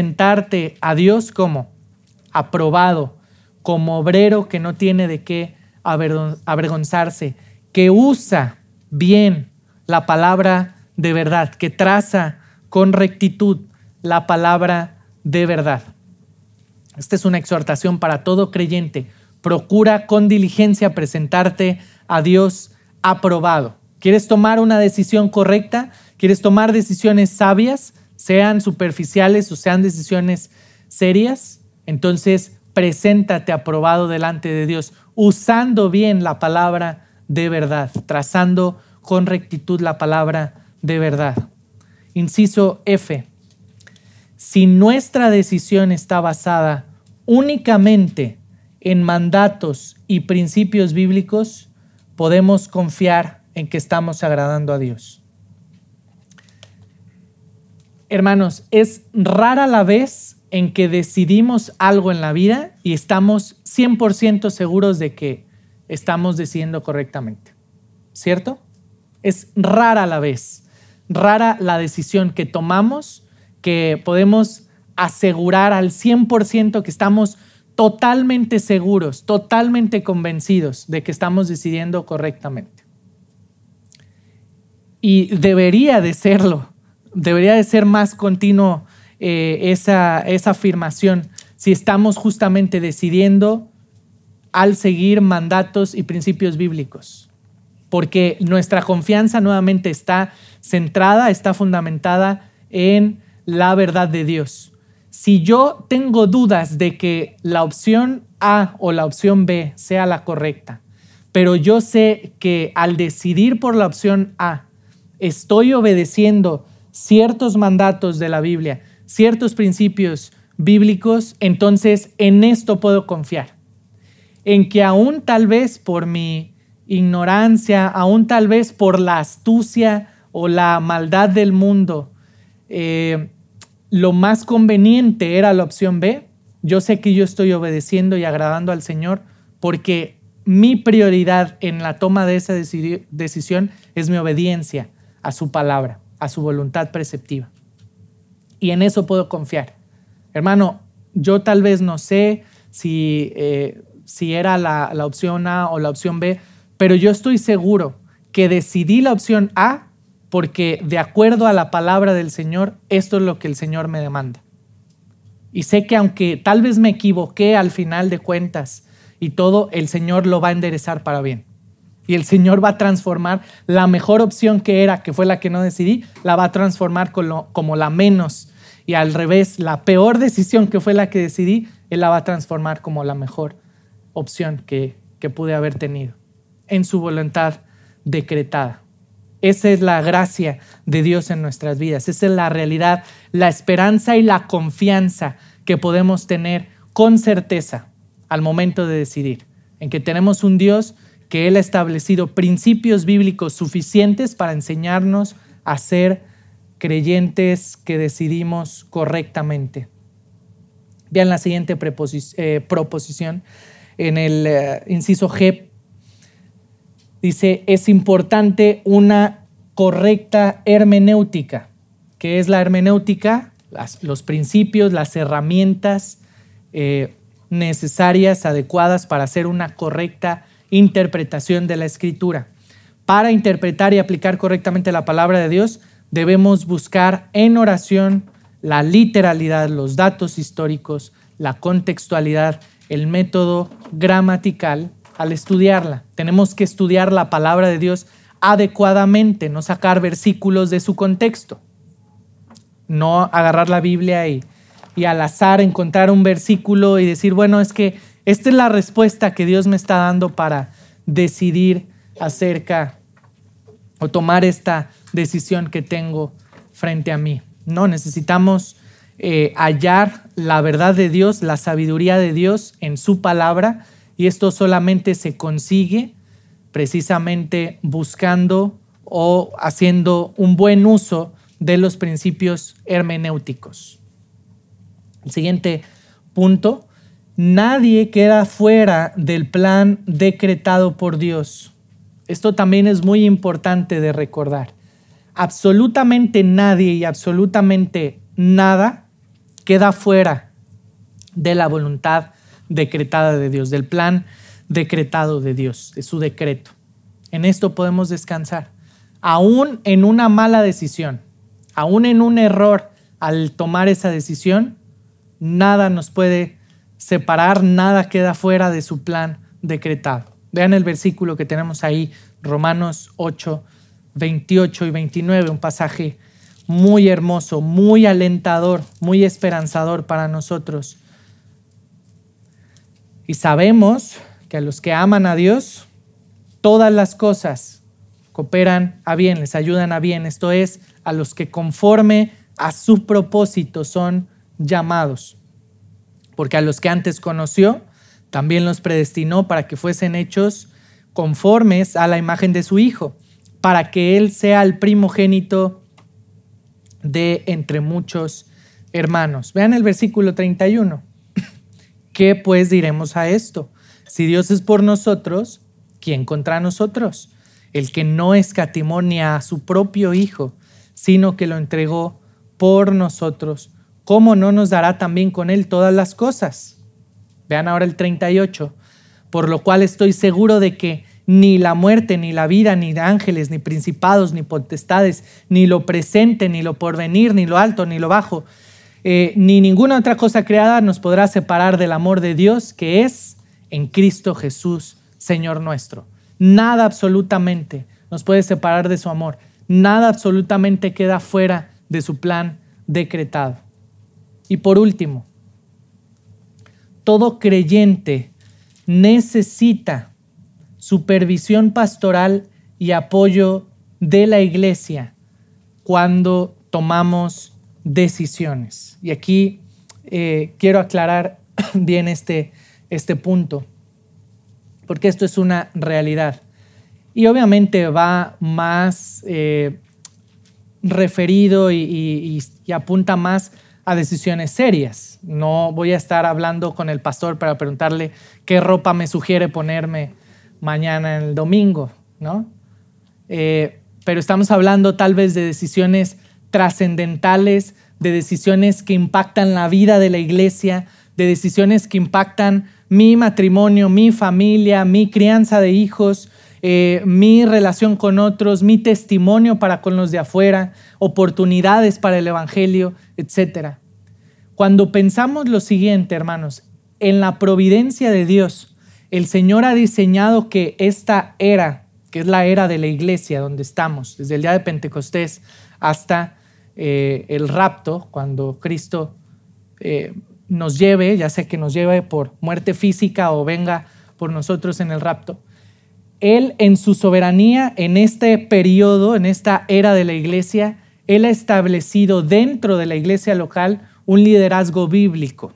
presentarte a Dios como aprobado, como obrero que no tiene de qué avergonzarse, que usa bien la palabra de verdad, que traza con rectitud la palabra de verdad. Esta es una exhortación para todo creyente. Procura con diligencia presentarte a Dios aprobado. ¿Quieres tomar una decisión correcta? ¿Quieres tomar decisiones sabias, sean superficiales o sean decisiones serias? Entonces, preséntate aprobado delante de Dios, usando bien la palabra de verdad, trazando con rectitud la palabra de verdad. Inciso F. Si nuestra decisión está basada únicamente en mandatos y principios bíblicos, podemos confiar en que estamos agradando a Dios. Hermanos, es rara la vez en que decidimos algo en la vida y estamos 100% seguros de que estamos decidiendo correctamente, ¿cierto? Es rara la vez, rara la decisión que tomamos, que podemos asegurar al 100% que estamos totalmente seguros, totalmente convencidos de que estamos decidiendo correctamente. Y debería de serlo, debería de ser más continuo esa afirmación si estamos justamente decidiendo al seguir mandatos y principios bíblicos. Porque nuestra confianza nuevamente está centrada, está fundamentada en la verdad de Dios. Si yo tengo dudas de que la opción A o la opción B sea la correcta, pero yo sé que al decidir por la opción A estoy obedeciendo ciertos mandatos de la Biblia, ciertos principios bíblicos, entonces en esto puedo confiar. En que aún tal vez por mi ignorancia, aún tal vez por la astucia o la maldad del mundo, lo más conveniente era la opción B. Yo sé que yo estoy obedeciendo y agradando al Señor porque mi prioridad en la toma de esa decisión es mi obediencia a su palabra, a su voluntad preceptiva. Y en eso puedo confiar. Hermano, yo tal vez no sé si era la opción A o la opción B, pero yo estoy seguro que decidí la opción A porque de acuerdo a la palabra del Señor, esto es lo que el Señor me demanda. Y sé que aunque tal vez me equivoqué al final de cuentas y todo, el Señor lo va a enderezar para bien. Y el Señor va a transformar la mejor opción que fue la que no decidí, la va a transformar como la menos. Y al revés, la peor decisión que fue la que decidí, Él la va a transformar como la mejor opción que pude haber tenido en su voluntad decretada. Esa es la gracia de Dios en nuestras vidas. Esa es la realidad, la esperanza y la confianza que podemos tener con certeza al momento de decidir. En que tenemos un Dios que Él ha establecido principios bíblicos suficientes para enseñarnos a ser creyentes que decidimos correctamente. Vean la siguiente proposición en el inciso G. Dice, es importante una correcta hermenéutica. ¿Qué es la hermenéutica? Los principios, las herramientas necesarias, adecuadas para hacer una correcta interpretación de la Escritura. Para interpretar y aplicar correctamente la palabra de Dios, debemos buscar en oración la literalidad, los datos históricos, la contextualidad, el método gramatical. Al estudiarla, tenemos que estudiar la palabra de Dios adecuadamente, no sacar versículos de su contexto, no agarrar la Biblia y al azar encontrar un versículo y decir, bueno, es que esta es la respuesta que Dios me está dando para decidir acerca o tomar esta decisión que tengo frente a mí. No, necesitamos hallar la verdad de Dios, la sabiduría de Dios en su palabra. Y esto solamente se consigue precisamente buscando o haciendo un buen uso de los principios hermenéuticos. El siguiente punto, nadie queda fuera del plan decretado por Dios. Esto también es muy importante de recordar. Absolutamente nadie y absolutamente nada queda fuera de la voluntad decretada de Dios, del plan decretado de Dios, de su decreto. En esto podemos descansar. Aún en una mala decisión, aún en un error al tomar esa decisión, nada nos puede separar, nada queda fuera de su plan decretado. Vean el versículo que tenemos ahí, Romanos 8, 28 y 29, un pasaje muy hermoso, muy alentador, muy esperanzador para nosotros. Y sabemos que a los que aman a Dios, todas las cosas cooperan a bien, les ayudan a bien. Esto es, a los que conforme a su propósito son llamados. Porque a los que antes conoció, también los predestinó para que fuesen hechos conformes a la imagen de su Hijo, para que Él sea el primogénito de entre muchos hermanos. Vean el versículo 31. ¿Qué pues diremos a esto? Si Dios es por nosotros, ¿quién contra nosotros? El que no escatimó ni a su propio Hijo, sino que lo entregó por nosotros, ¿cómo no nos dará también con Él todas las cosas? Vean ahora el 38. Por lo cual estoy seguro de que ni la muerte, ni la vida, ni ángeles, ni principados, ni potestades, ni lo presente, ni lo porvenir, ni lo alto, ni lo bajo, ni ninguna otra cosa creada nos podrá separar del amor de Dios que es en Cristo Jesús, Señor nuestro. Nada absolutamente nos puede separar de su amor. Nada absolutamente queda fuera de su plan decretado. Y por último, todo creyente necesita supervisión pastoral y apoyo de la iglesia cuando tomamos decisiones. Y aquí quiero aclarar bien este punto, porque esto es una realidad. Y obviamente va más referido y apunta más a decisiones serias. No voy a estar hablando con el pastor para preguntarle qué ropa me sugiere ponerme mañana en el domingo, ¿no? Pero estamos hablando tal vez de decisiones trascendentales, de decisiones que impactan la vida de la iglesia, de decisiones que impactan mi matrimonio, mi familia, mi crianza de hijos, mi relación con otros, mi testimonio para con los de afuera, oportunidades para el evangelio, etc. Cuando pensamos lo siguiente, hermanos, en la providencia de Dios, el Señor ha diseñado que esta era, que es la era de la iglesia donde estamos, desde el día de Pentecostés hasta el rapto, cuando Cristo nos lleve, ya sea que nos lleve por muerte física o venga por nosotros en el rapto, Él en su soberanía, en este periodo, en esta era de la iglesia, Él ha establecido dentro de la iglesia local un liderazgo bíblico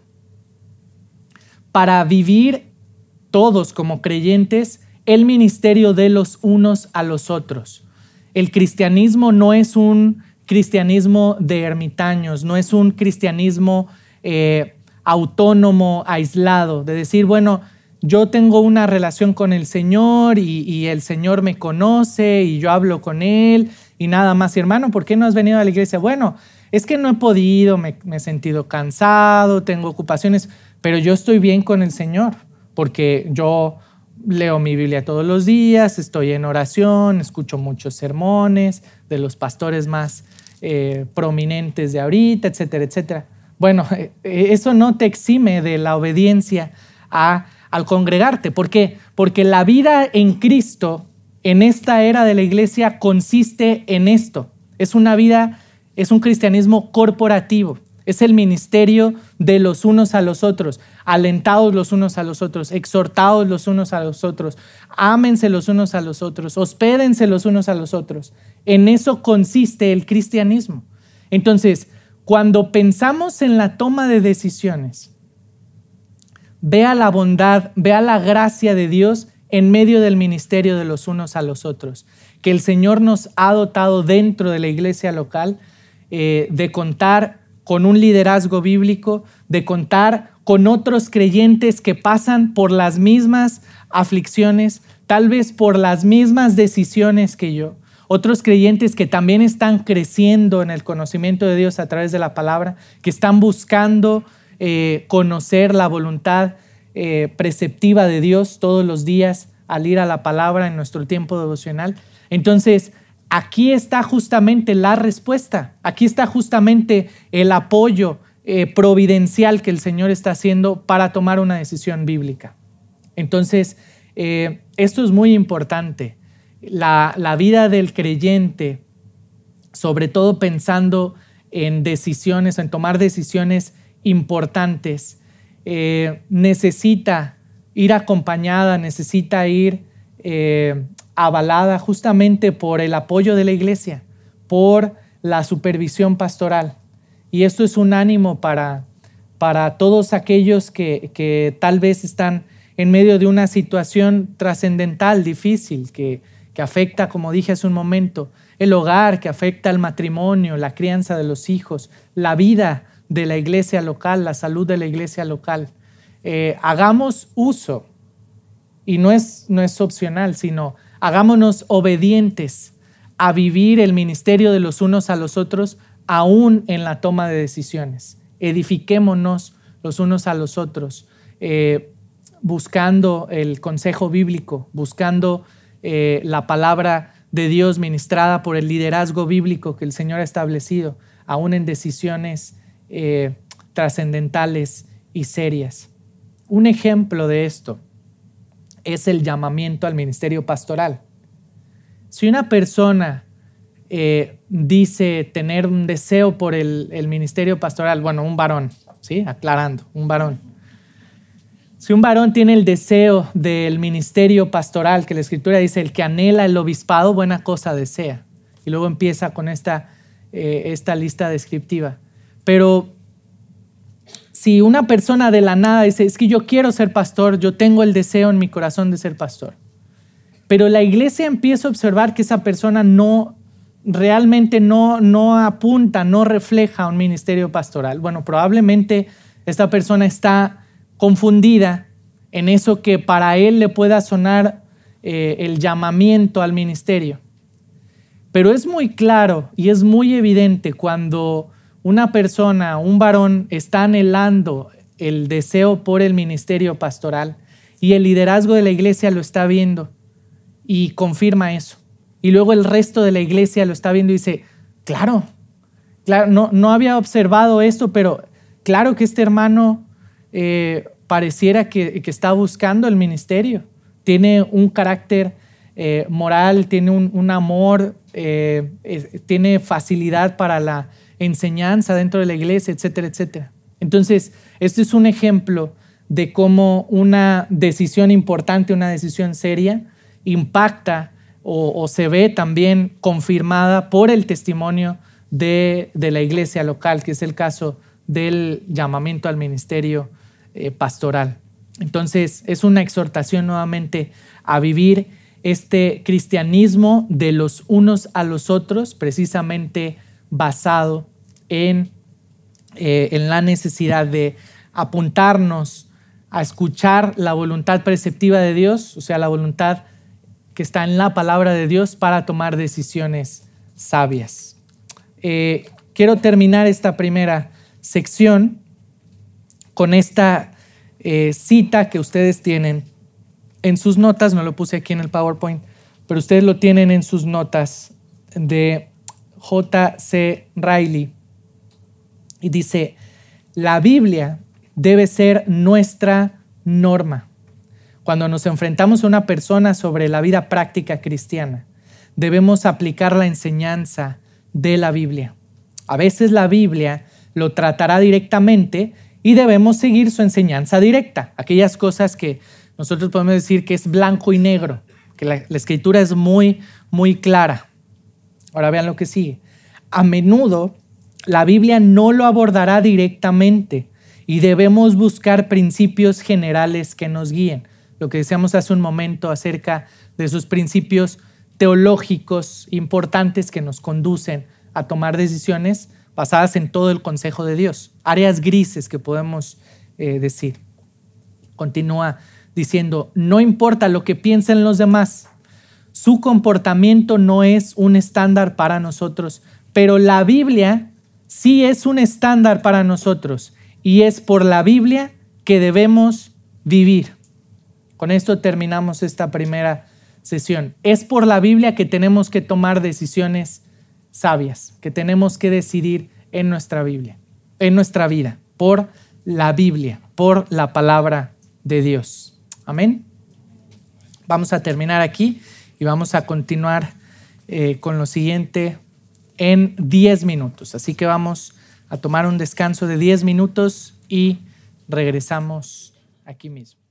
para vivir todos como creyentes el ministerio de los unos a los otros. El cristianismo no es un cristianismo de ermitaños, no es un cristianismo autónomo, aislado, de decir, bueno, yo tengo una relación con el Señor y el Señor me conoce y yo hablo con Él y nada más. Y hermano, ¿por qué no has venido a la iglesia? Bueno, es que no he podido, me he sentido cansado, tengo ocupaciones, pero yo estoy bien con el Señor porque yo leo mi Biblia todos los días, estoy en oración, escucho muchos sermones de los pastores más prominentes de ahorita, etcétera, etcétera. Bueno, eso no te exime de la obediencia al congregarte. ¿Por qué? Porque la vida en Cristo, en esta era de la iglesia, consiste en esto. Es una vida, es un cristianismo corporativo. Es el ministerio de los unos a los otros, alentados los unos a los otros, exhortados los unos a los otros, ámense los unos a los otros, hospédense los unos a los otros. En eso consiste el cristianismo. Entonces, cuando pensamos en la toma de decisiones, vea la bondad, vea la gracia de Dios en medio del ministerio de los unos a los otros, que el Señor nos ha dotado dentro de la iglesia local de contar con un liderazgo bíblico, de contar con otros creyentes que pasan por las mismas aflicciones, tal vez por las mismas decisiones que yo, otros creyentes que también están creciendo en el conocimiento de Dios a través de la palabra, que están buscando conocer la voluntad preceptiva de Dios todos los días al ir a la palabra en nuestro tiempo devocional. Entonces, aquí está justamente la respuesta, aquí está justamente el apoyo providencial que el Señor está haciendo para tomar una decisión bíblica. Entonces, esto es muy importante. La vida del creyente, sobre todo pensando en decisiones, en tomar decisiones importantes, necesita ir acompañada, necesita ir avalada justamente por el apoyo de la iglesia, por la supervisión pastoral. Y esto es un ánimo para todos aquellos que tal vez están en medio de una situación trascendental, difícil, que afecta, como dije hace un momento, el hogar, que afecta el matrimonio, la crianza de los hijos, la vida de la iglesia local, la salud de la iglesia local. Hagamos uso, y no es opcional, sino hagámonos obedientes a vivir el ministerio de los unos a los otros, aún en la toma de decisiones. Edifiquémonos los unos a los otros, buscando el consejo bíblico, buscando la palabra de Dios ministrada por el liderazgo bíblico que el Señor ha establecido, aún en decisiones trascendentales y serias. Un ejemplo de esto es el llamamiento al ministerio pastoral. Si una persona dice tener un deseo por el ministerio pastoral, bueno, un varón, ¿sí? Aclarando, un varón. Si un varón tiene el deseo del ministerio pastoral, que la Escritura dice, el que anhela el obispado, buena cosa desea. Y luego empieza con esta lista descriptiva. Pero si una persona de la nada dice, es que yo quiero ser pastor, yo tengo el deseo en mi corazón de ser pastor, pero la iglesia empieza a observar que esa persona realmente no apunta, no refleja un ministerio pastoral. Bueno, probablemente esta persona está confundida en eso que para él le pueda sonar el llamamiento al ministerio. Pero es muy claro y es muy evidente cuando una persona, un varón, está anhelando el deseo por el ministerio pastoral y el liderazgo de la iglesia lo está viendo y confirma eso. Y luego el resto de la iglesia lo está viendo y dice, claro, no había observado esto, pero claro que este hermano pareciera que está buscando el ministerio. Tiene un carácter moral, tiene un amor, tiene facilidad para la enseñanza dentro de la iglesia, etcétera, etcétera. Entonces, este es un ejemplo de cómo una decisión importante, una decisión seria, impacta o se ve también confirmada por el testimonio de la iglesia local, que es el caso del llamamiento al ministerio pastoral. Entonces, es una exhortación nuevamente a vivir este cristianismo de los unos a los otros, precisamente basado en la necesidad de apuntarnos a escuchar la voluntad preceptiva de Dios, o sea, la voluntad que está en la palabra de Dios para tomar decisiones sabias. Quiero terminar esta primera sección con esta cita que ustedes tienen en sus notas. No lo puse aquí en el PowerPoint, pero ustedes lo tienen en sus notas, de J.C. Riley, y dice: la Biblia debe ser nuestra norma. Cuando nos enfrentamos a una persona sobre la vida práctica cristiana, debemos aplicar la enseñanza de la Biblia. A veces la Biblia lo tratará directamente y debemos seguir su enseñanza directa, aquellas cosas que nosotros podemos decir que es blanco y negro, que la Escritura es muy, muy clara. Ahora vean lo que sigue. A menudo la Biblia no lo abordará directamente y debemos buscar principios generales que nos guíen. Lo que decíamos hace un momento acerca de esos principios teológicos importantes que nos conducen a tomar decisiones basadas en todo el consejo de Dios. Áreas grises que podemos decir. Continúa diciendo: no importa lo que piensen los demás, su comportamiento no es un estándar para nosotros, pero la Biblia sí es un estándar para nosotros y es por la Biblia que debemos vivir. Con esto terminamos esta primera sesión. Es por la Biblia que tenemos que tomar decisiones sabias, que tenemos que decidir en nuestra Biblia, en nuestra vida, por la Biblia, por la palabra de Dios. Amén. Vamos a terminar aquí y vamos a continuar con lo siguiente en 10 minutos. Así que vamos a tomar un descanso de 10 minutos y regresamos aquí mismo.